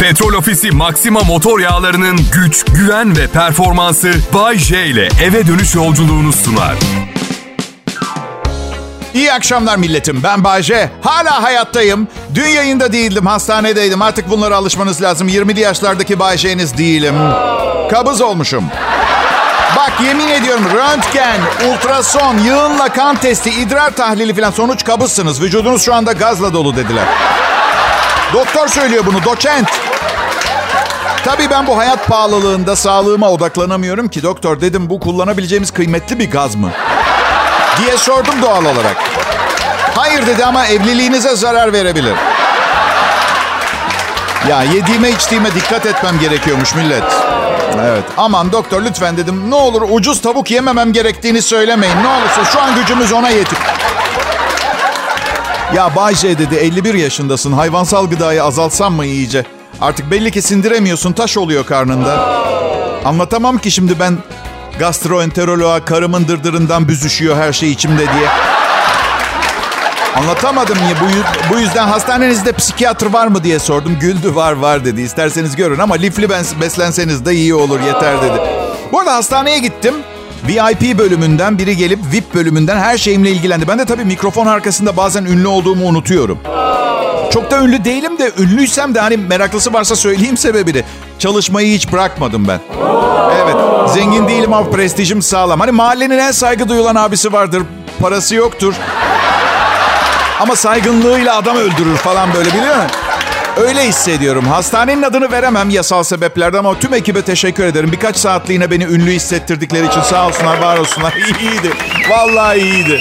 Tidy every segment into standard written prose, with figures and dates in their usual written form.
Petrol Ofisi Maxima motor yağlarının güç, güven ve performansı Bay J ile eve dönüş yolculuğunu sunar. İyi akşamlar milletim. Ben Bay J. Hala hayattayım. Dün yayında değildim, hastanedeydim. Artık bunlara alışmanız lazım. 20'li yaşlardaki Bay J'niz değilim. Kabız olmuşum. Bak yemin ediyorum, röntgen, ultrason, yığınla kan testi, idrar tahlili falan, sonuç kabızsınız. Vücudunuz şu anda gazla dolu dediler. Doktor söylüyor bunu, doçent. Tabii ben bu hayat pahalılığında sağlığıma odaklanamıyorum ki. Doktor dedim, bu kullanabileceğimiz kıymetli bir gaz mı diye sordum doğal olarak. Hayır dedi ama evliliğinize zarar verebilir. Ya yediğime içtiğime dikkat etmem gerekiyormuş millet. Evet, aman doktor lütfen dedim. Ne olur ucuz tavuk yememem gerektiğini söylemeyin. Ne olursa şu an gücümüz ona yetiyor. Ya Bay J dedi, 51 yaşındasın. Hayvansal gıdayı azaltsam mı iyice? Artık belli ki sindiremiyorsun, taş oluyor karnında. Anlatamam ki şimdi ben gastroenteroloğa, karımın dırdırından büzüşüyor her şey içimde diye. Anlatamadım ya, bu yüzden hastanenizde psikiyatr var mı diye sordum. Güldü, var dedi. İsterseniz görün ama lifli beslenseniz de iyi olur, yeter dedi. Bu arada hastaneye gittim. VIP bölümünden biri gelip VIP bölümünden her şeyimle ilgilendi. Ben de tabii mikrofon arkasında bazen ünlü olduğumu unutuyorum. Çok da ünlü değilim de, ünlüysem de hani meraklısı varsa söyleyeyim sebebini. Çalışmayı hiç bırakmadım ben. Evet, zengin değilim ama prestijim sağlam. Hani mahallenin en saygı duyulan abisi vardır. Parası yoktur. Ama saygınlığıyla adam öldürür falan, böyle biliyor musun? Öyle hissediyorum. Hastanenin adını veremem yasal sebeplerden ama tüm ekibe teşekkür ederim. Birkaç saatliğine beni ünlü hissettirdikleri için sağ olsunlar, var olsunlar. İyiydi. Vallahi iyiydi.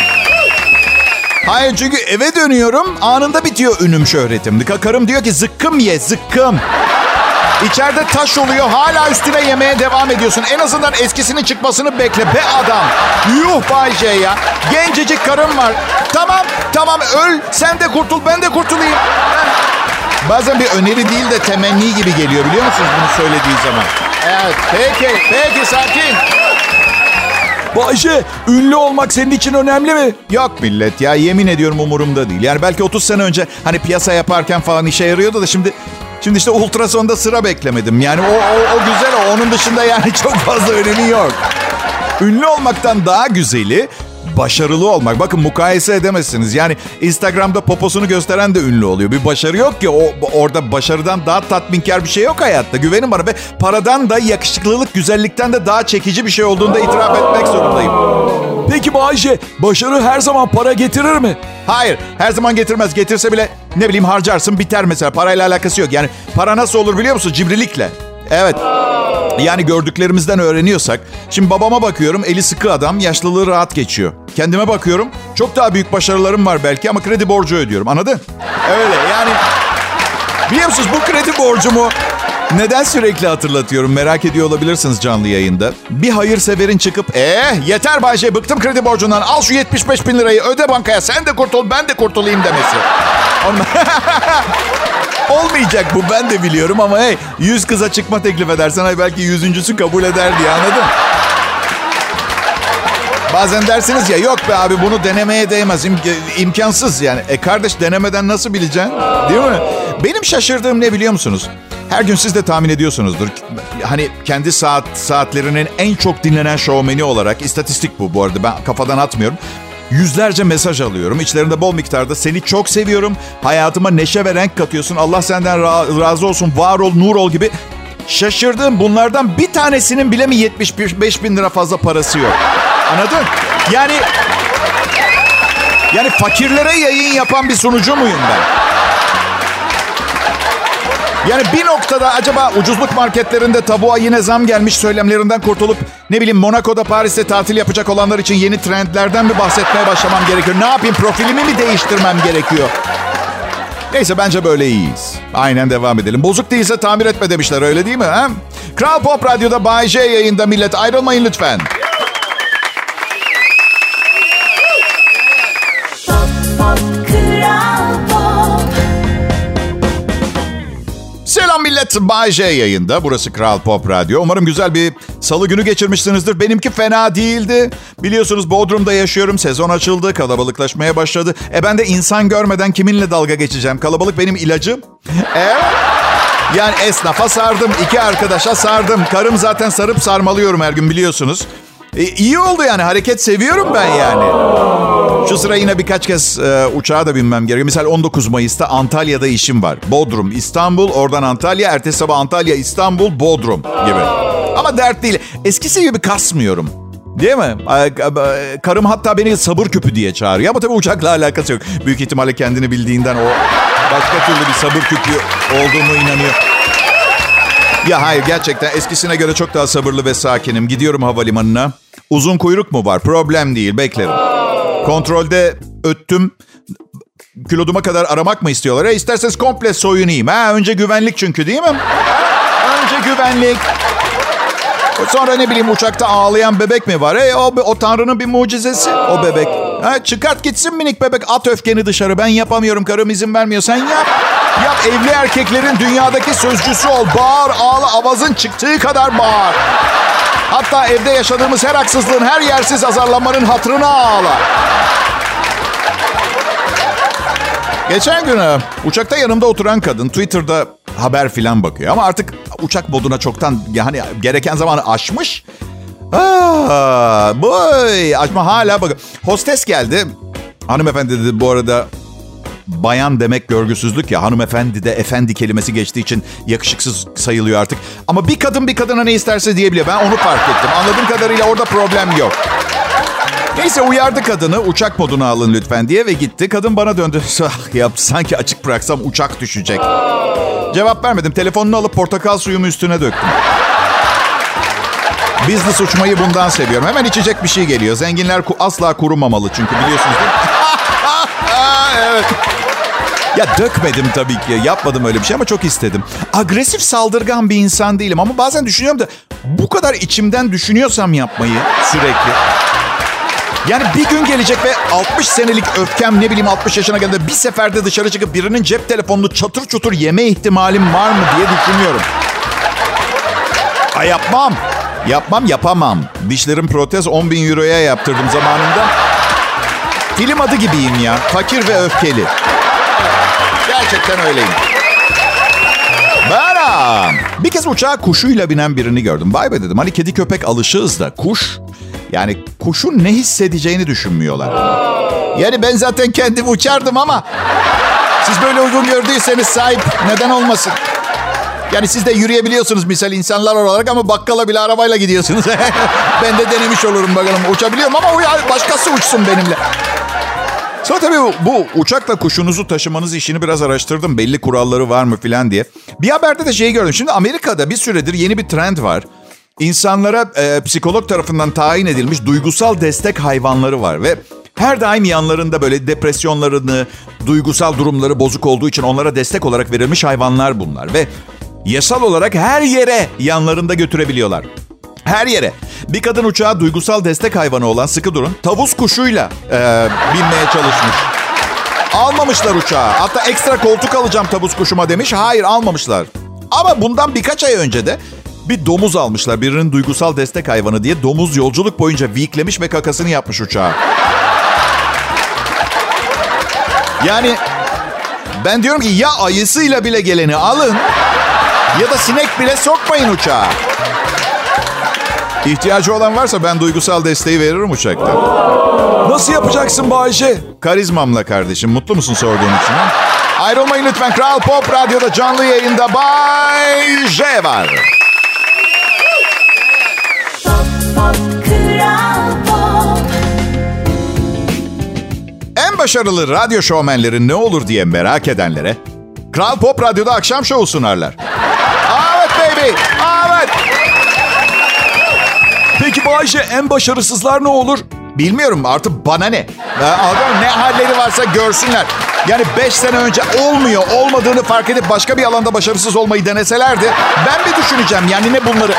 Hayır, çünkü eve dönüyorum, anında bitiyor ünüm, şöhretim. Karım diyor ki zıkkım ye, zıkkım. İçeride taş oluyor, hala üstüne yemeye devam ediyorsun. En azından eskisinin çıkmasını bekle be adam. Yuh Bay J ya. Gencecik karım var. Tamam öl, sen de kurtul, ben de kurtulayım. Bazen bir öneri değil de temenni gibi geliyor, biliyor musunuz bunu söylediği zaman? Evet, peki sakin. Bay J, ünlü olmak senin için önemli mi? Yok millet ya, yemin ediyorum umurumda değil. Yani belki 30 sene önce hani piyasa yaparken falan işe yarıyordu da şimdi işte ultrasonda sıra beklemedim. Yani o güzel o. Onun dışında yani çok fazla önemi yok. Ünlü olmaktan daha güzeli başarılı olmak. Bakın, mukayese edemezsiniz. Yani Instagram'da poposunu gösteren de ünlü oluyor. Bir başarı yok ki. Orada başarıdan daha tatminkar bir şey yok hayatta. Güvenin bana. Ve paradan da, yakışıklılık, güzellikten de daha çekici bir şey olduğunda itiraf etmek zorundayım. Peki Bay J, başarı her zaman para getirir mi? Hayır, her zaman getirmez. Getirse bile ne bileyim harcarsın, biter mesela. Parayla alakası yok. Yani para nasıl olur biliyor musun? Cimrilikle. Evet. Yani gördüklerimizden öğreniyorsak. Şimdi babama bakıyorum, eli sıkı adam, yaşlılığı rahat geçiyor. Kendime bakıyorum, çok daha büyük başarılarım var belki ama kredi borcu ödüyorum. Anladın? Öyle yani. Biliyor musunuz bu kredi borcumu neden sürekli hatırlatıyorum? Merak ediyor olabilirsiniz canlı yayında. Bir hayırseverin çıkıp yeter Bay J, bıktım kredi borcundan, al şu 75 bin lirayı öde bankaya, sen de kurtul ben de kurtulayım demesi. Olmayacak bu, ben de biliyorum ama 100 kıza çıkma teklif edersen belki 100.'sü kabul eder diye, anladın? Bazen dersiniz ya, yok be abi bunu denemeye değmez, imkansız yani. Kardeş, denemeden nasıl bileceksin, değil mi? Benim şaşırdığım ne biliyor musunuz? Her gün siz de tahmin ediyorsunuzdur. Hani kendi saatlerinin en çok dinlenen şovmeni olarak, istatistik bu arada, ben kafadan atmıyorum. Yüzlerce mesaj alıyorum. İçlerinde bol miktarda seni çok seviyorum, hayatıma neşe ve renk katıyorsun, Allah senden razı olsun, var ol, nur ol gibi. Şaşırdım, bunlardan bir tanesinin bile mi 75 bin lira fazla parası yok? Anladın? Yani fakirlere yayın yapan bir sunucu muyum ben? Yani bir noktada acaba ucuzluk marketlerinde tavuğa yine zam gelmiş söylemlerinden kurtulup ne bileyim Monaco'da, Paris'te tatil yapacak olanlar için yeni trendlerden mi bahsetmeye başlamam gerekiyor? Ne yapayım, profilimi mi değiştirmem gerekiyor? Neyse, bence böyle iyiyiz. Aynen, devam edelim. Bozuk değilse tamir etme demişler, öyle değil mi? He? Kral Pop Radyo'da Bay J yayında millet, ayrılmayın lütfen. Selam millet, Bay J yayında. Burası Kral Pop Radyo. Umarım güzel bir salı günü geçirmişsinizdir. Benimki fena değildi. Biliyorsunuz Bodrum'da yaşıyorum. Sezon açıldı, kalabalıklaşmaya başladı. Ben de insan görmeden kiminle dalga geçeceğim? Kalabalık benim ilacım. Evet. Yani esnafa sardım, 2 arkadaşa sardım. Karım zaten sarıp sarmalıyorum her gün biliyorsunuz. İyi oldu yani, hareket seviyorum ben yani. Şu sıra yine birkaç kez uçağa da binmem gerekiyor. Mesela 19 Mayıs'ta Antalya'da işim var. Bodrum, İstanbul, oradan Antalya. Ertesi sabah Antalya, İstanbul, Bodrum gibi. Ama dert değil. Eskisi gibi kasmıyorum. Değil mi? Karım hatta beni sabır küpü diye çağırıyor. Ama tabii uçakla alakası yok. Büyük ihtimalle kendini bildiğinden o başka türlü bir sabır küpü olduğumu inanıyor. Ya hayır, gerçekten eskisine göre çok daha sabırlı ve sakinim. Gidiyorum havalimanına. Uzun kuyruk mu var? Problem değil, beklerim. Kontrolde öttüm. Kiloduma kadar aramak mı istiyorlar? İsterseniz komple soyunayım. Önce güvenlik çünkü, değil mi? Önce güvenlik. Sonra ne bileyim, uçakta ağlayan bebek mi var? O Tanrı'nın bir mucizesi o bebek. Çıkart gitsin minik bebek. At öfkeni dışarı. Ben yapamıyorum. Karım izin vermiyor. Sen yap. Yap, evli erkeklerin dünyadaki sözcüsü ol. Bağır, ağla, avazın çıktığı kadar bağır. Hatta evde yaşadığımız her haksızlığın, her yersiz azarlanmanın hatırına ağla. Geçen gün uçakta yanımda oturan kadın Twitter'da haber filan bakıyor. Ama artık uçak moduna çoktan, yani gereken zamanı aşmış. Açma hala bakın. Hostes geldi. Hanımefendi dedi, bu arada bayan demek görgüsüzlük ya. Hanımefendi de efendi kelimesi geçtiği için yakışıksız sayılıyor artık. Ama bir kadın bir kadına ne isterse diyebiliyor. Ben onu fark ettim. Anladığım kadarıyla orada problem yok. Neyse, uyardı kadını, uçak moduna alın lütfen diye ve gitti. Kadın bana döndü. Sanki açık bıraksam uçak düşecek. Cevap vermedim. Telefonunu alıp portakal suyumu üstüne döktüm. Business uçmayı bundan seviyorum. Hemen içecek bir şey geliyor. Zenginler asla kurumamalı çünkü, biliyorsunuz değil mi? Evet. Ya dökmedim tabii ki. Yapmadım öyle bir şey ama çok istedim. Agresif, saldırgan bir insan değilim ama bazen düşünüyorum da bu kadar içimden düşünüyorsam yapmayı sürekli. Yani bir gün gelecek ve 60 senelik öfkem, ne bileyim 60 yaşına geldiğinde bir seferde dışarı çıkıp birinin cep telefonunu çatır çutur yeme ihtimalim var mı diye düşünüyorum. Yapamam. Dişlerim protez 10.000 euroya yaptırdım zamanında. Film adı gibiyim ya. Fakir ve öfkeli. Gerçekten öyleyim. Bir kez uçağa kuşuyla binen birini gördüm. Vay be dedim. Hani kedi köpek alışığız da kuş. Yani kuşun ne hissedeceğini düşünmüyorlar. Yani ben zaten kendim uçardım ama siz böyle uygun gördüyseniz sahip, neden olmasın? Yani siz de yürüyebiliyorsunuz misal insanlar olarak ama bakkala bile arabayla gidiyorsunuz. Ben de denemiş olurum bakalım. Uçabiliyorum ama başkası uçsun benimle. Sonra tabii bu uçakla kuşunuzu taşımanız işini biraz araştırdım. Belli kuralları var mı filan diye. Bir haberde de şeyi gördüm. Şimdi Amerika'da bir süredir yeni bir trend var. İnsanlara psikolog tarafından tayin edilmiş duygusal destek hayvanları var. Ve her daim yanlarında böyle depresyonlarını, duygusal durumları bozuk olduğu için onlara destek olarak verilmiş hayvanlar bunlar. Ve yasal olarak her yere yanlarında götürebiliyorlar. Her yere. Bir kadın uçağa duygusal destek hayvanı olan, sıkı durun, tavus kuşuyla binmeye çalışmış. Almamışlar uçağa. Hatta ekstra koltuk alacağım tavus kuşuma demiş. Hayır, almamışlar. Ama bundan birkaç ay önce de bir domuz almışlar. Birinin duygusal destek hayvanı diye. Domuz yolculuk boyunca viklemiş ve kakasını yapmış uçağa. Yani ben diyorum ki ya ayısıyla bile geleni alın ya da sinek bile sokmayın uçağa. İhtiyacı olan varsa ben duygusal desteği veririm uçakta. Nasıl yapacaksın Bayşe? Karizmamla kardeşim. Mutlu musun sorduğun için? Ha? Ayrılmayın lütfen. Kral Pop Radyo'da canlı yayında Bay J var. En başarılı radyo şovmenleri ne olur diye merak edenlere Kral Pop Radyo'da akşam şovu sunarlar. Evet baby. Evet. Peki Bayşe, en başarısızlar ne olur? Bilmiyorum, artık bana ne? Ne halleri varsa görsünler. Yani 5 sene önce olmadığını fark edip başka bir alanda başarısız olmayı deneselerdi ben bir düşüneceğim. Yani ne bunları?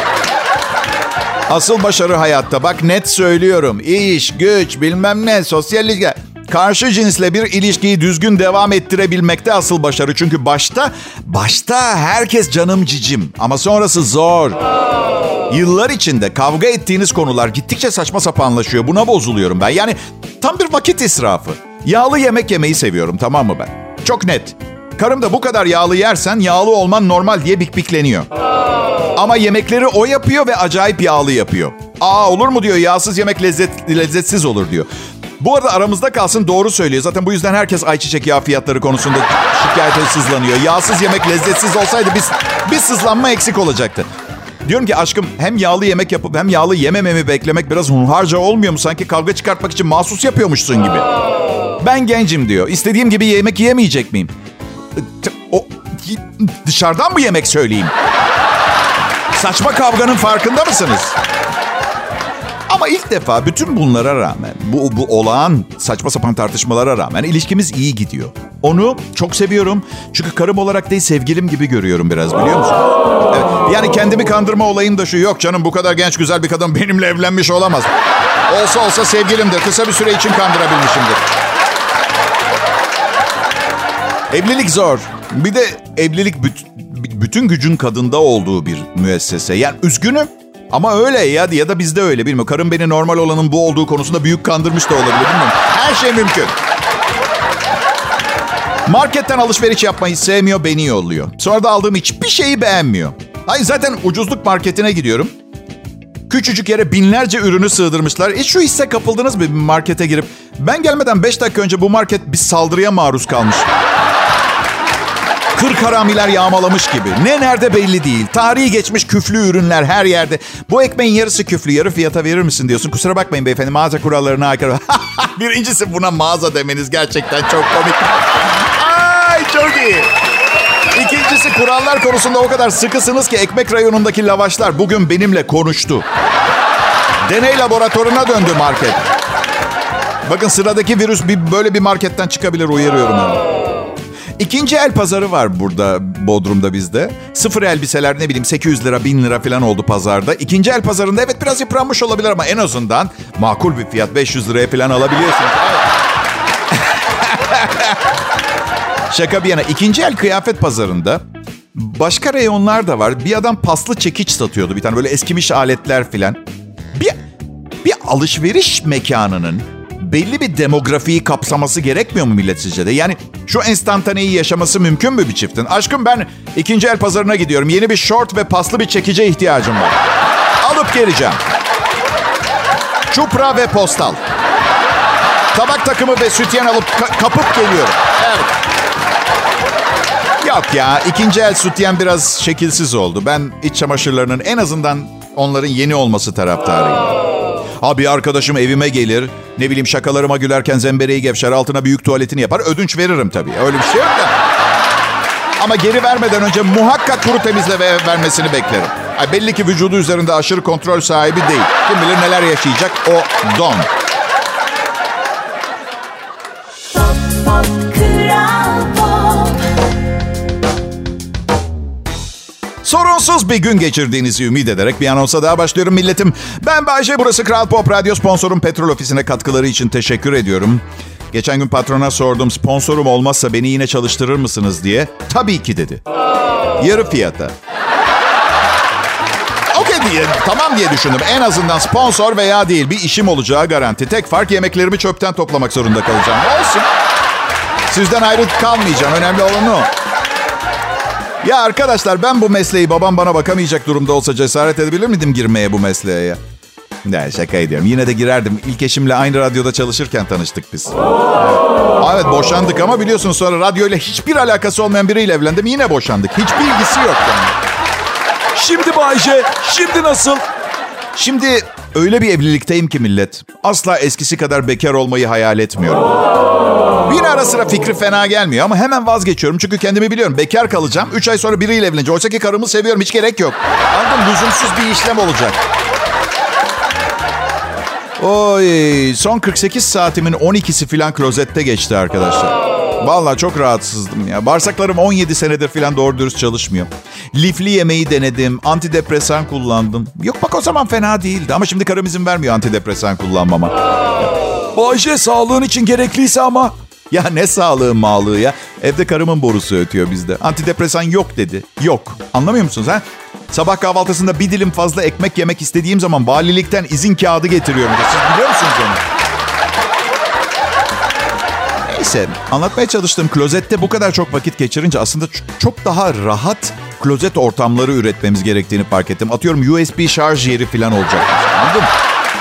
Asıl başarı hayatta, bak net söylüyorum. İş, güç, bilmem ne, sosyal ilişki. Karşı cinsle bir ilişkiyi düzgün devam ettirebilmekte asıl başarı. Çünkü başta herkes canım cicim ama sonrası zor. Yıllar içinde kavga ettiğiniz konular gittikçe saçma sapanlaşıyor. Buna bozuluyorum ben. Yani tam bir vakit israfı. Yağlı yemek yemeyi seviyorum, tamam mı ben? Çok net. Karım da bu kadar yağlı yersen yağlı olman normal diye bikbikleniyor. Ama yemekleri o yapıyor ve acayip yağlı yapıyor. Olur mu diyor, yağsız yemek lezzetsiz olur diyor. Bu arada aramızda kalsın, doğru söylüyor. Zaten bu yüzden herkes ayçiçek yağı fiyatları konusunda şikayete sızlanıyor. Yağsız yemek lezzetsiz olsaydı bir sızlanma eksik olacaktı. Diyorum ki aşkım, hem yağlı yemek yapıp hem yağlı yemememi beklemek biraz hunharca olmuyor mu? Sanki kavga çıkartmak için mahsus yapıyormuşsun gibi. Ben gencim diyor. İstediğim gibi yemek yiyemeyecek miyim? Dışarıdan mı yemek söyleyeyim? Saçma kavganın farkında mısınız? Ama ilk defa bütün bunlara rağmen, bu olağan saçma sapan tartışmalara rağmen ilişkimiz iyi gidiyor. Onu çok seviyorum. Çünkü karım olarak değil, sevgilim gibi görüyorum biraz, biliyor musun? Evet, yani kendimi kandırma olayım da şu: yok canım, bu kadar genç güzel bir kadın benimle evlenmiş olamaz. Olsa sevgilimdir. Kısa bir süre için kandırabilmişimdir. Evlilik zor. Bir de evlilik bütün gücün kadında olduğu bir müessese. Yani üzgünüm ama öyle ya da bizde öyle, bilmiyorum. Karım beni normal olanın bu olduğu konusunda büyük kandırmış da olabilir, bilmiyorum. Her şey mümkün. Marketten alışveriş yapmayı sevmiyor, beni yolluyor. Sonra da aldığım hiçbir şeyi beğenmiyor. Hayır, zaten ucuzluk marketine gidiyorum. Küçücük yere binlerce ürünü sığdırmışlar. Şu hisse kapıldınız mı bir markete girip? Ben gelmeden 5 dakika önce bu market bir saldırıya maruz kalmış. 40 haramiler yağmalamış gibi. Ne nerede belli değil. Tarihi geçmiş küflü ürünler her yerde. Bu ekmeğin yarısı küflü, yarı fiyata verir misin diyorsun. Kusura bakmayın beyefendi, mağaza kurallarına aykırı. Birincisi, buna mağaza demeniz gerçekten çok komik. Ay, çok iyi. İkincisi, kurallar konusunda o kadar sıkısınız ki ekmek rayonundaki lavaşlar bugün benimle konuştu. Deney laboratuvarına döndü market. Bakın, sıradaki virüs böyle bir marketten çıkabilir, uyarıyorum onu. İkinci el pazarı var burada, Bodrum'da bizde. Sıfır elbiseler, ne bileyim, 800 lira 1000 lira falan oldu pazarda. İkinci el pazarında evet biraz yıpranmış olabilir ama en azından makul bir fiyat, 500 liraya falan alabiliyorsunuz. Evet. Şaka bir yana, ikinci el kıyafet pazarında başka reyonlar da var. Bir adam paslı çekiç satıyordu, bir tane böyle eskimiş aletler falan. Bir alışveriş mekanının belli bir demografiyi kapsaması gerekmiyor mu millet sizce de? Yani şu enstantaneyi yaşaması mümkün mü bir çiftin? Aşkım, ben ikinci el pazarına gidiyorum. Yeni bir şort ve paslı bir çekice ihtiyacım var. Alıp geleceğim. Çupra ve postal. Tabak takımı ve sütyen alıp kapıp geliyorum. Evet. Yok ya, ikinci el sütyen biraz şekilsiz oldu. Ben iç çamaşırlarının en azından onların yeni olması taraftarıyım. Bir arkadaşım evime gelir, ne bileyim, şakalarıma gülerken zembereği gevşer, altına büyük tuvaletini yapar. Ödünç veririm tabii. Öyle bir şey yok da. Ama geri vermeden önce muhakkak kuru temizle vermesini beklerim. Belli ki vücudu üzerinde aşırı kontrol sahibi değil. Kim bilir neler yaşayacak o don. Sorunsuz bir gün geçirdiğinizi ümit ederek bir anonsa daha başlıyorum milletim. Ben Bayce, burası Kral Pop Radyo. Sponsorum Petrol Ofisi'ne katkıları için teşekkür ediyorum. Geçen gün patrona sordum, sponsorum olmazsa beni yine çalıştırır mısınız diye. Tabii ki dedi. Yarı fiyata. Okey diye, tamam diye düşündüm. En azından sponsor veya değil, bir işim olacağı garanti. Tek fark, yemeklerimi çöpten toplamak zorunda kalacağım. Olsun. Sizden ayrı kalmayacağım. Önemli olan o. Ya arkadaşlar, ben bu mesleği babam bana bakamayacak durumda olsa cesaret edebilir miydim girmeye bu mesleğe ya? Ne, şaka ediyorum. Yine de girerdim. İlk eşimle aynı radyoda çalışırken tanıştık biz. Evet, boşandık ama biliyorsunuz sonra radyoyla hiçbir alakası olmayan biriyle evlendim. Yine boşandık. Hiçbir ilgisi yok yani. Şimdi Bayce, şimdi nasıl? Şimdi öyle bir evlilikteyim ki millet, asla eskisi kadar bekar olmayı hayal etmiyorum. Yine ara sıra fikri fena gelmiyor ama hemen vazgeçiyorum. Çünkü kendimi biliyorum. Bekar kalacağım. 3 ay sonra biriyle evleneceğim. Oysa ki karımı seviyorum. Hiç gerek yok. Anladın, lüzumsuz bir işlem olacak. Oy, son 48 saatimin 12'si falan klozette geçti arkadaşlar. Vallahi çok rahatsızdım ya. Bağırsaklarım 17 senedir falan doğru dürüst çalışmıyor. Lifli yemeği denedim. Antidepresan kullandım. Yok bak, o zaman fena değildi. Ama şimdi karım izin vermiyor antidepresan kullanmama. Bayce, sağlığın için gerekliyse ama. Ya ne sağlığı mağlığı ya. Evde karımın borusu ötüyor bizde. Antidepresan yok dedi. Yok. Anlamıyor musunuz ha? Sabah kahvaltısında bir dilim fazla ekmek yemek istediğim zaman valilikten izin kağıdı getiriyorum. Siz biliyor musunuz onu? Neyse, anlatmaya çalıştığım klozette bu kadar çok vakit geçirince aslında çok daha rahat klozet ortamları üretmemiz gerektiğini fark ettim. Atıyorum USB şarj yeri falan olacak. Anladın mı?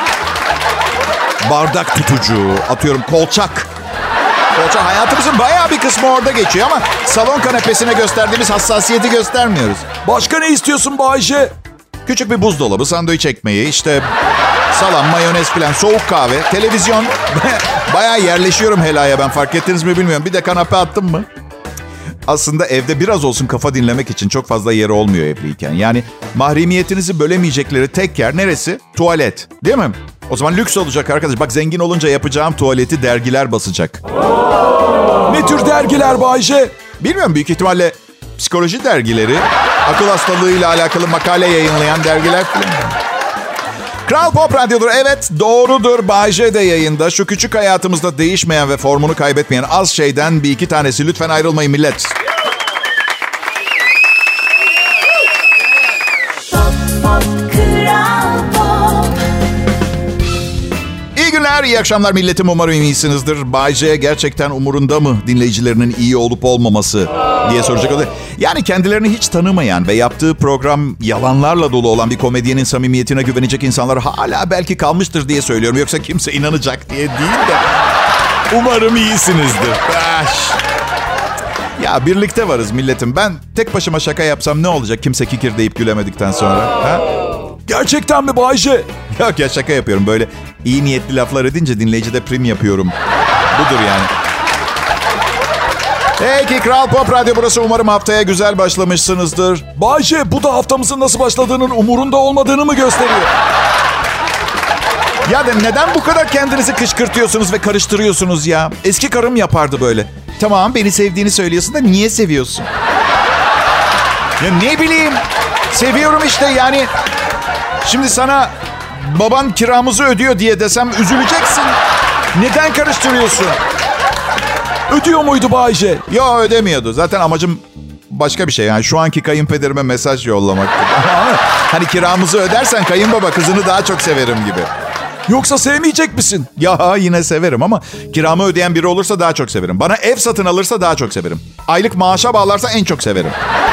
Bardak tutucu, atıyorum kolçak. Kolçak hayatımızın bayağı bir kısmı orada geçiyor ama salon kanepesine gösterdiğimiz hassasiyeti göstermiyoruz. Başka ne istiyorsun Bayce? Küçük bir buzdolabı, sandviç ekmeği, işte salam, mayonez falan, soğuk kahve, televizyon. Bayağı yerleşiyorum helaya ben, fark ettiniz mi bilmiyorum. Bir de kanepe attım mı? Aslında evde biraz olsun kafa dinlemek için çok fazla yeri olmuyor evliyken. Yani mahremiyetinizi bölemeyecekleri tek yer neresi? Tuvalet. Değil mi? O zaman lüks olacak arkadaş. Bak, zengin olunca yapacağım tuvaleti dergiler basacak. Ne tür dergiler Bayce? Bilmiyorum, büyük ihtimalle psikoloji dergileri, akıl hastalığıyla alakalı makale yayınlayan dergiler falan. Kral Pop Radyo'dur. Evet, doğrudur. Bay J de yayında. Şu küçük hayatımızda değişmeyen ve formunu kaybetmeyen az şeyden bir iki tanesi. Lütfen ayrılmayın millet. İyi günler, iyi akşamlar milletim. Umarım iyisinizdir. Bay J gerçekten umurunda mı dinleyicilerinin iyi olup olmaması diye soracak olursa. Yani kendilerini hiç tanımayan ve yaptığı program yalanlarla dolu olan bir komedyenin samimiyetine güvenecek insanlar hala belki kalmıştır diye söylüyorum. Yoksa kimse inanacak diye değil de. Umarım iyisinizdir. Ya birlikte varız milletim. Ben tek başıma şaka yapsam ne olacak kimse kikir deyip gülemedikten sonra? Ha? Gerçekten mi Bayce? Yok ya, şaka yapıyorum. Böyle iyi niyetli laflar edince dinleyicide prim yapıyorum. Budur yani. Peki, Kral Pop Radyo burası. Umarım haftaya güzel başlamışsınızdır. Bayce, bu da haftamızın nasıl başladığının umurunda olmadığını mı gösteriyor? Ya da neden bu kadar kendinizi kışkırtıyorsunuz ve karıştırıyorsunuz ya? Eski karım yapardı böyle. Tamam, beni sevdiğini söylüyorsun da niye seviyorsun? Ya ne bileyim. Seviyorum işte yani. Şimdi sana baban kiramızı ödüyor diye desem üzüleceksin. Neden karıştırıyorsun? Ödüyor muydu Bayce? Yok, ödemiyordu. Zaten amacım başka bir şey. Yani şu anki kayınpederime mesaj yollamak. Hani kiramızı ödersen kayınbaba kızını daha çok severim gibi. Yoksa sevmeyecek misin? Ya yine severim ama kiramı ödeyen biri olursa daha çok severim. Bana ev satın alırsa daha çok severim. Aylık maaşa bağlarsa en çok severim.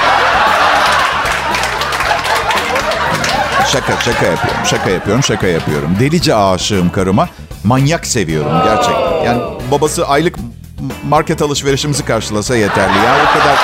Şaka yapıyorum. Delice aşığım karıma. Manyak seviyorum gerçekten. Yani babası aylık market alışverişimizi karşılasa yeterli ya, o kadar.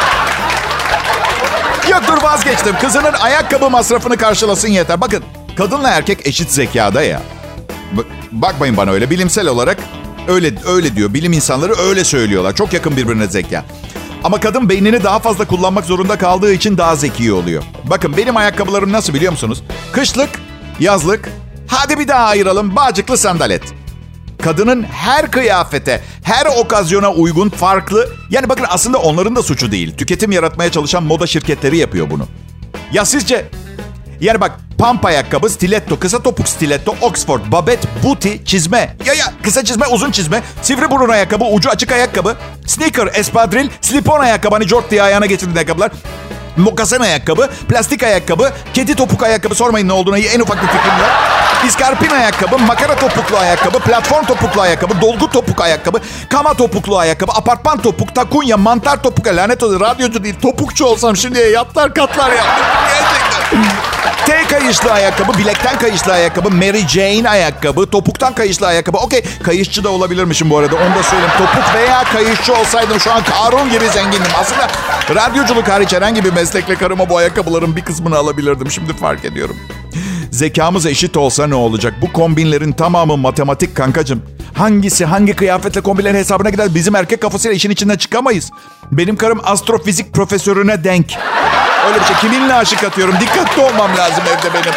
Yok, dur, vazgeçtim. Kızının ayakkabı masrafını karşılasın yeter. Bakın, kadınla erkek eşit zekada ya. Bakmayın bana öyle, bilimsel olarak öyle diyor. Bilim insanları öyle söylüyorlar. Çok yakın birbirine zeka. Ama kadın beynini daha fazla kullanmak zorunda kaldığı için daha zeki oluyor. Bakın, benim ayakkabılarım nasıl biliyor musunuz? Kışlık, yazlık, hadi bir daha ayıralım, bağcıklı sandalet. Kadının her kıyafete, her okazyona uygun farklı. Yani bakın, aslında onların da suçu değil. Tüketim yaratmaya çalışan moda şirketleri yapıyor bunu. Ya sizce? Yani bak, pump ayakkabı, stiletto, kısa topuk stiletto, Oxford, babet, booty, çizme. Ya kısa çizme, uzun çizme, sivri burun ayakkabı, ucu açık ayakkabı, sneaker, espadril, slip-on ayakkabı, hani jort diye ayağına getirdiğin ayakkabılar. Mokasen ayakkabı, plastik ayakkabı, kedi topuk ayakkabı, sormayın ne olduğuna en ufak bir fikrim yok. İskarpin ayakkabı, makara topuklu ayakkabı, platform topuklu ayakkabı, dolgu topuk ayakkabı, kama topuklu ayakkabı, apartman topuk, takunya, mantar topuk, lanet olsun, radyocu değil, topukçu olsam şimdiye yatlar katlar yaptım. Gerçekten. T kayışlı ayakkabı, bilekten kayışlı ayakkabı, Mary Jane ayakkabı, topuktan kayışlı ayakkabı. Okey, kayışçı da olabilirmişim bu arada, onu da söyleyeyim. Topuk veya kayışçı olsaydım şu an Karun gibi zengindim. Aslında radyoculuk hariç herhangi bir meslekle karıma bu ayakkabıların bir kısmını alabilirdim. Şimdi fark ediyorum. Zekamız eşit olsa ne olacak? Bu kombinlerin tamamı matematik kankacığım. Hangisi hangi kıyafetle kombinlerin hesabına gider? Bizim erkek kafasıyla işin içinden çıkamayız. Benim karım astrofizik profesörüne denk. Öyle bir şey. Kiminle aşık atıyorum? Dikkatli olmam lazım evde benim.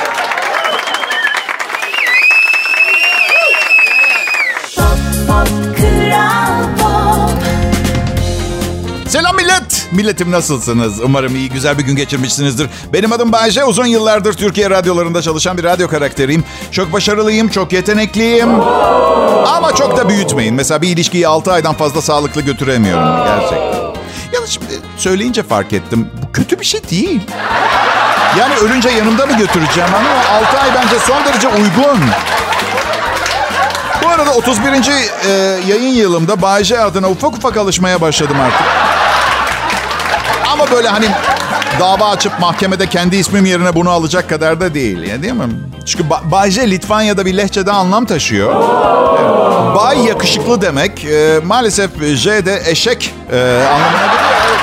Selam millet. Milletim, nasılsınız? Umarım iyi, güzel bir gün geçirmişsinizdir. Benim adım Bay J. Uzun yıllardır Türkiye radyolarında çalışan bir radyo karakteriyim. Çok başarılıyım, çok yetenekliyim. Ama çok da büyütmeyin. Mesela bir ilişkiyi 6 aydan fazla sağlıklı götüremiyorum gerçekten. Ya şimdi söyleyince fark ettim. Bu kötü bir şey değil. Yani ölünce yanımda mı götüreceğim? Ama 6 ay bence son derece uygun. Bu arada 31. Yayın yılımda Bay J adına ufak ufak alışmaya başladım artık. Ama böyle hani dava açıp mahkemede kendi ismim yerine bunu alacak kadar da değil. Ya değil mi? Çünkü Bay J Litvanya'da bir lehçede anlam taşıyor. Bay yakışıklı demek. Maalesef J de eşek anlamına geliyor.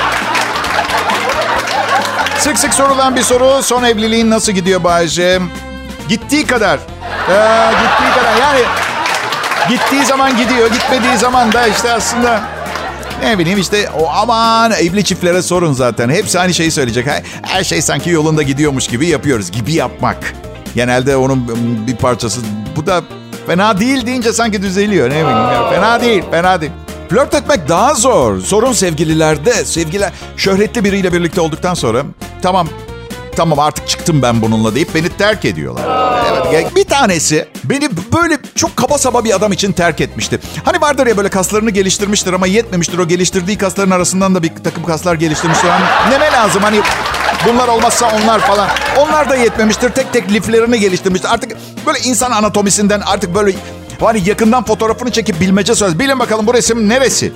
Sık sık sorulan bir soru. Son evliliğin nasıl gidiyor Bay J? Gittiği kadar. Gittiği kadar. Yani gittiği zaman gidiyor. Gitmediği zaman da işte aslında... Ne bileyim işte aman evli çiftlere sorun zaten. Hepsi aynı şeyi söyleyecek. Her şey sanki yolunda gidiyormuş gibi yapıyoruz. Gibi yapmak. Genelde onun bir parçası. Bu da fena değil deyince sanki düzeliyor. Ne bileyim ya. Fena değil, fena değil. Flört etmek daha zor. Sorun sevgililerde. Sevgililer şöhretli biriyle birlikte olduktan sonra tamam artık çıktım ben bununla deyip beni terk ediyorlar. Evet, bir tanesi beni böyle çok kaba saba bir adam için terk etmişti. Hani vardır ya böyle kaslarını geliştirmiştir ama yetmemiştir. O geliştirdiği kasların arasından da bir takım kaslar geliştirmiştir. Hani neme lazım hani bunlar olmazsa onlar falan. Onlar da yetmemiştir. Tek tek liflerini geliştirmiştir. Artık böyle insan anatomisinden artık böyle hani yakından fotoğrafını çekip bilmece söz. Bilin bakalım bu resim neresi?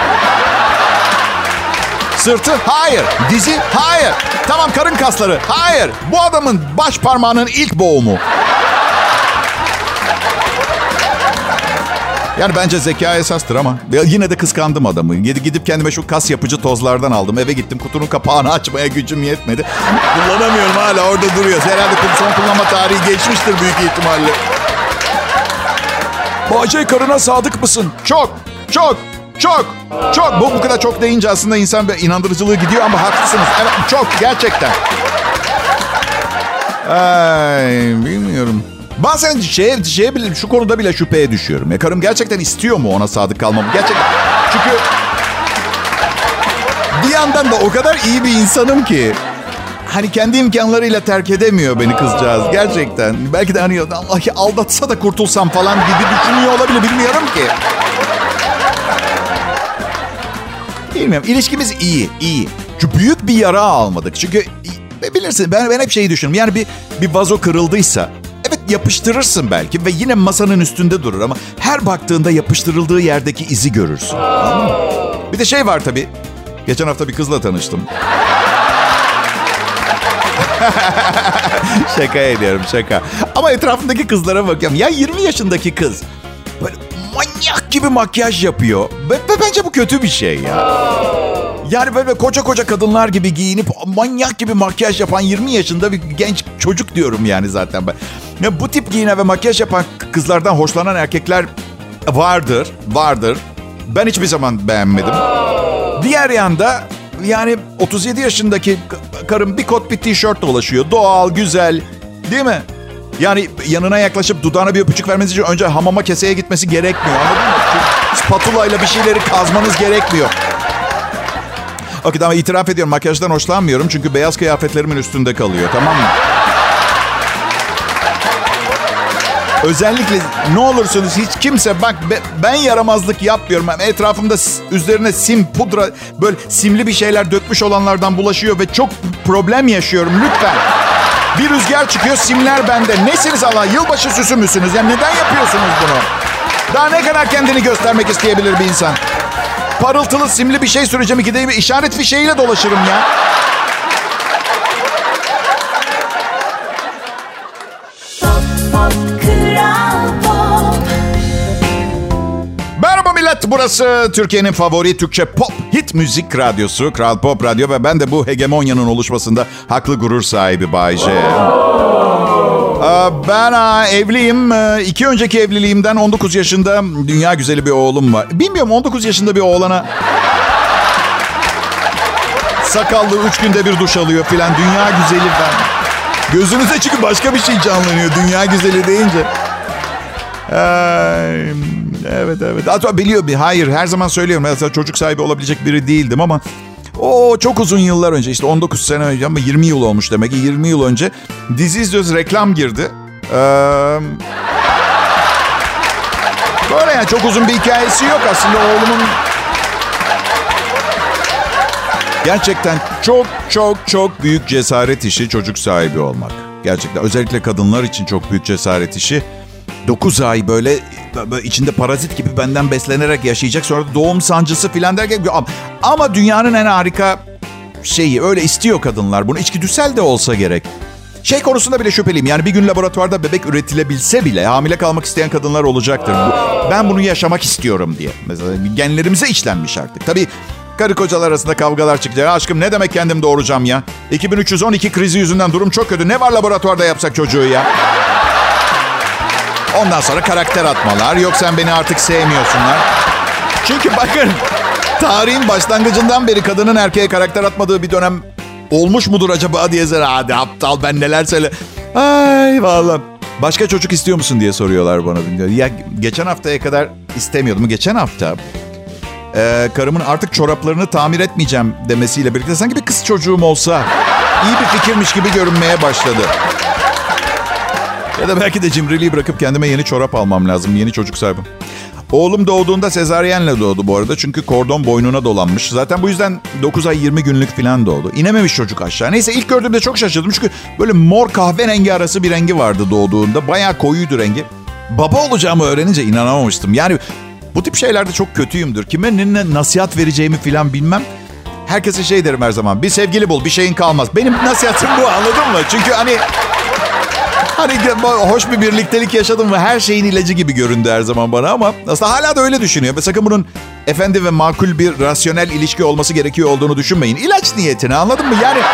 Sırtı? Hayır. Dizi? Hayır. Tamam karın kasları? Hayır. Bu adamın baş parmağının ilk boğumu. Yani bence zeka esastır ama yine de kıskandım adamı. Gidip kendime şu kas yapıcı tozlardan aldım. Eve gittim kutunun kapağını açmaya gücüm yetmedi. Kullanamıyorum hala orada duruyor. Herhalde son kullanma tarihi geçmiştir büyük ihtimalle. Bay karına sadık mısın? Çok. Bu kadar çok deyince aslında insan bir inandırıcılığı gidiyor ama haklısınız. Evet çok gerçekten. Bilmiyorum. Bazen şu konuda bile şüpheye düşüyorum. Ya karım gerçekten istiyor mu ona sadık kalmamı? Gerçekten. Çünkü bir yandan da o kadar iyi bir insanım ki hani kendi imkanlarıyla terk edemiyor beni kızcağız. Gerçekten. Belki de hani Allah aldatsa da kurtulsam falan gibi düşünüyor olabilir. Bilmiyorum ki. Bilmiyorum. İlişkimiz iyi. Çünkü büyük bir yara almadık. Çünkü bilirsin ben hep şeyi düşünüyorum. Yani bir vazo kırıldıysa evet yapıştırırsın belki ve yine masanın üstünde durur ama her baktığında yapıştırıldığı yerdeki izi görürsün. Anladın mı? Bir de şey var tabii. Geçen hafta bir kızla tanıştım. Şaka ediyorum şaka. Ama etrafındaki kızlara bakıyorum. Ya 20 yaşındaki kız böyle manyak gibi makyaj yapıyor. Ve bence bu kötü bir şey ya. Yani böyle koca kadınlar gibi giyinip manyak gibi makyaj yapan 20 yaşında bir genç çocuk diyorum yani zaten ben. Ya bu tip giyine ve makyaj yapan kızlardan hoşlanan erkekler vardır. Ben hiçbir zaman beğenmedim. Diğer yanda yani 37 yaşındaki karım bir kot bir tişört dolaşıyor. Doğal, güzel değil mi? Yani yanına yaklaşıp dudağına bir öpücük vermeniz için önce hamama keseye gitmesi gerekmiyor. Anladın mı? Spatula ile bir şeyleri kazmanız gerekmiyor. Okey tamam itiraf ediyorum makyajdan hoşlanmıyorum. Çünkü beyaz kıyafetlerimin üstünde kalıyor tamam mı? Özellikle ne olursunuz hiç kimse bak ben yaramazlık yapmıyorum. Etrafımda üzerine sim, pudra böyle simli bir şeyler dökmüş olanlardan bulaşıyor ve çok problem yaşıyorum lütfen. Bir rüzgar çıkıyor simler bende. Nesiniz Allah yılbaşı süsü müsünüz? Yani neden yapıyorsunuz bunu? Daha ne kadar kendini göstermek isteyebilir bir insan? Parıltılı simli bir şey süreceğim gideyim işaret fişeğiyle dolaşırım ya. Merhaba millet, burası Türkiye'nin favori Türkçe pop hit müzik radyosu Kral Pop Radyo ve ben de bu hegemonyanın oluşmasında haklı gurur sahibi Bay J. Ben evliyim. 2 önceki evliliğimden 19 yaşında dünya güzeli bir oğlum var. Bilmiyorum 19 yaşında bir oğlana sakallı 3 günde bir duş alıyor filan. Dünya güzeli ben. Gözünüze çünkü başka bir şey canlanıyor dünya güzeli deyince. Evet. Hatta biliyor bir. Hayır her zaman söylüyorum. Mesela çocuk sahibi olabilecek biri değildim ama çok uzun yıllar önce işte 19 sene önce ama 20 yıl olmuş demek ki 20 yıl önce dizi izliyoruz reklam girdi. Böyle yani çok uzun bir hikayesi yok aslında oğlumun. Gerçekten çok büyük cesaret işi çocuk sahibi olmak. Gerçekten özellikle kadınlar için çok büyük cesaret işi. 9 ay böyle böyle içinde parazit gibi benden beslenerek yaşayacak. Sonra da doğum sancısı falan derken... Ama dünyanın en harika şeyi, öyle istiyor kadınlar. Bunu içgüdüsel de olsa gerek. Şey konusunda bile şüpheliyim. Yani bir gün laboratuvarda bebek üretilebilse bile hamile kalmak isteyen kadınlar olacaktır. Ben bunu yaşamak istiyorum diye. Mesela genlerimize işlenmiş artık. Tabii karı kocalar arasında kavgalar çıkacak. Aşkım ne demek kendim doğuracağım ya? 2312 krizi yüzünden durum çok kötü. Ne var laboratuvarda yapsak çocuğu ya? Ondan sonra karakter atmalar. Yok sen beni artık sevmiyorsunlar. Çünkü bakın tarihin başlangıcından beri kadının erkeğe karakter atmadığı bir dönem olmuş mudur acaba diye hadi aptal ben neler söyle. Ay vallahi. Başka çocuk istiyor musun diye soruyorlar bana. Ya geçen haftaya kadar istemiyordum. Geçen hafta karımın artık çoraplarını tamir etmeyeceğim demesiyle birlikte sanki bir kız çocuğum olsa iyi bir fikirmiş gibi görünmeye başladı. Ya da belki de cimriliği bırakıp kendime yeni çorap almam lazım. Yeni çocuk sahibim. Oğlum doğduğunda sezaryenle doğdu bu arada. Çünkü kordon boynuna dolanmış. Zaten bu yüzden 9 ay 20 günlük falan doğdu. İnememiş çocuk aşağı. Neyse ilk gördüğümde çok şaşırdım. Çünkü böyle mor kahverengi arası bir rengi vardı doğduğunda. Bayağı koyuydu rengi. Baba olacağımı öğrenince inanamamıştım. Yani bu tip şeylerde çok kötüyümdür. Kime ne nasihat vereceğimi falan bilmem. Herkese şey derim her zaman. Bir sevgili bul, bir şeyin kalmaz. Benim nasihatım bu, anladın mı? Çünkü hani hoş bir birliktelik yaşadım ve her şeyin ilacı gibi göründü her zaman bana ama aslında hala da öyle düşünüyor. Ve sakın bunun efendi ve makul bir rasyonel ilişki olması gerekiyor olduğunu düşünmeyin. İlaç niyetine, anladın mı? Yani...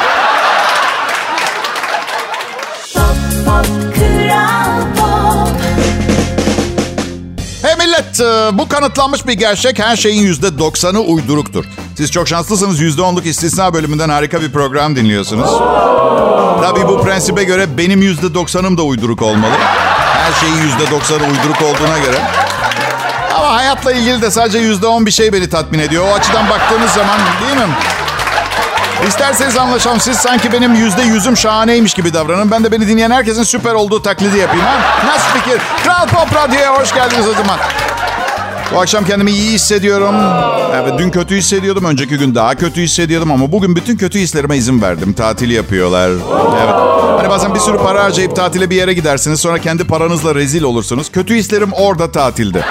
Hey millet, bu kanıtlanmış bir gerçek. Her şeyin %90'ı uyduruktur. Siz çok şanslısınız, %10'luk istisna bölümünden harika bir program dinliyorsunuz. Tabii bu prensibe göre benim %90'ım da uyduruk olmalı. Her şeyin %90'ı uyduruk olduğuna göre. Ama hayatla ilgili de sadece %10 bir şey beni tatmin ediyor. O açıdan baktığınız zaman, değil mi? İsterseniz anlaşalım. Siz sanki benim %100'üm şahaneymiş gibi davranın. Ben de beni dinleyen herkesin süper olduğu taklidi yapayım. Ha? Nasıl fikir? Kral Pop Radyo'ya hoş geldiniz o zaman. Bu akşam kendimi iyi hissediyorum. Evet, dün kötü hissediyordum. Önceki gün daha kötü hissediyordum. Ama bugün bütün kötü hislerime izin verdim. Tatil yapıyorlar. Evet. Hani bazen bir sürü para harcayıp tatile bir yere gidersiniz. Sonra kendi paranızla rezil olursunuz. Kötü hislerim orada, tatilde.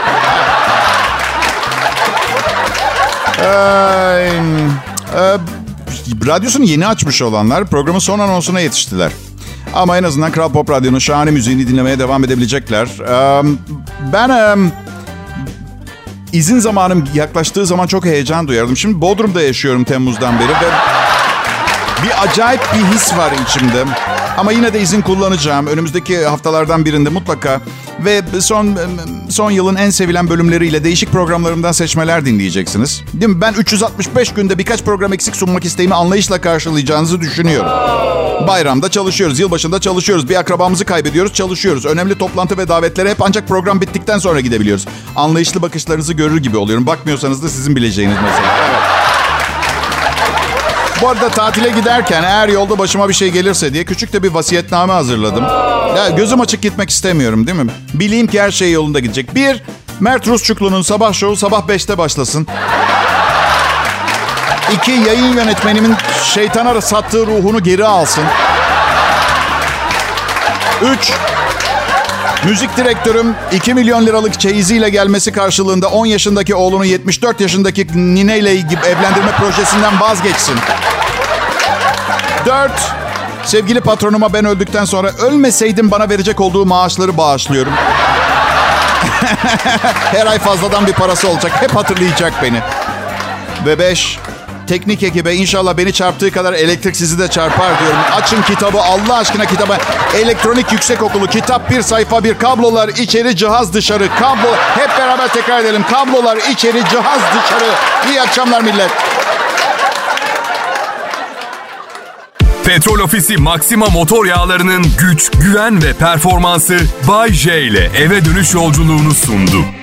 Radyosunu yeni açmış olanlar programın son anonsuna yetiştiler. Ama en azından Kral Pop Radyo'nun şahane müziğini dinlemeye devam edebilecekler. Ben izin zamanım yaklaştığı zaman çok heyecan duyardım. Şimdi Bodrum'da yaşıyorum Temmuz'dan beri ve bir acayip bir his var içimde. Ama yine de izin kullanacağım. Önümüzdeki haftalardan birinde mutlaka. Ve son yılın en sevilen bölümleriyle değişik programlarımdan seçmeler dinleyeceksiniz. Değil mi? Ben 365 günde birkaç program eksik sunmak isteğimi anlayışla karşılayacağınızı düşünüyorum. Bayramda çalışıyoruz, yılbaşında çalışıyoruz. Bir akrabamızı kaybediyoruz, çalışıyoruz. Önemli toplantı ve davetlere hep ancak program bittikten sonra gidebiliyoruz. Anlayışlı bakışlarınızı görür gibi oluyorum. Bakmıyorsanız da sizin bileceğiniz mesela. Evet. Bu arada tatile giderken eğer yolda başıma bir şey gelirse diye küçük de bir vasiyetname hazırladım. Ya, gözüm açık gitmek istemiyorum, değil mi? Bileyim ki her şey yolunda gidecek. 1. Mert Rusçuklu'nun sabah şovu sabah 5'te başlasın. 2. Yayın yönetmenimin şeytana sattığı ruhunu geri alsın. 3. Müzik direktörüm 2 milyon liralık çeyiziyle gelmesi karşılığında 10 yaşındaki oğlunu 74 yaşındaki nineyle evlendirme projesinden vazgeçsin. 4. Sevgili patronuma ben öldükten sonra ölmeseydim bana verecek olduğu maaşları bağışlıyorum. Her ay fazladan bir parası olacak. Hep hatırlayacak beni. Ve 5. Teknik ekibe inşallah beni çarptığı kadar elektrik sizi de çarpar diyorum. Açın kitabı, Allah aşkına kitabı. Elektronik Yüksekokulu, kitap 1 sayfa 1. Kablolar içeri, cihaz dışarı. Kablo, hep beraber tekrar edelim. Kablolar içeri, cihaz dışarı. İyi akşamlar millet. Petrol Ofisi Maxima motor yağlarının güç, güven ve performansı Bay J ile eve dönüş yolculuğunu sundu.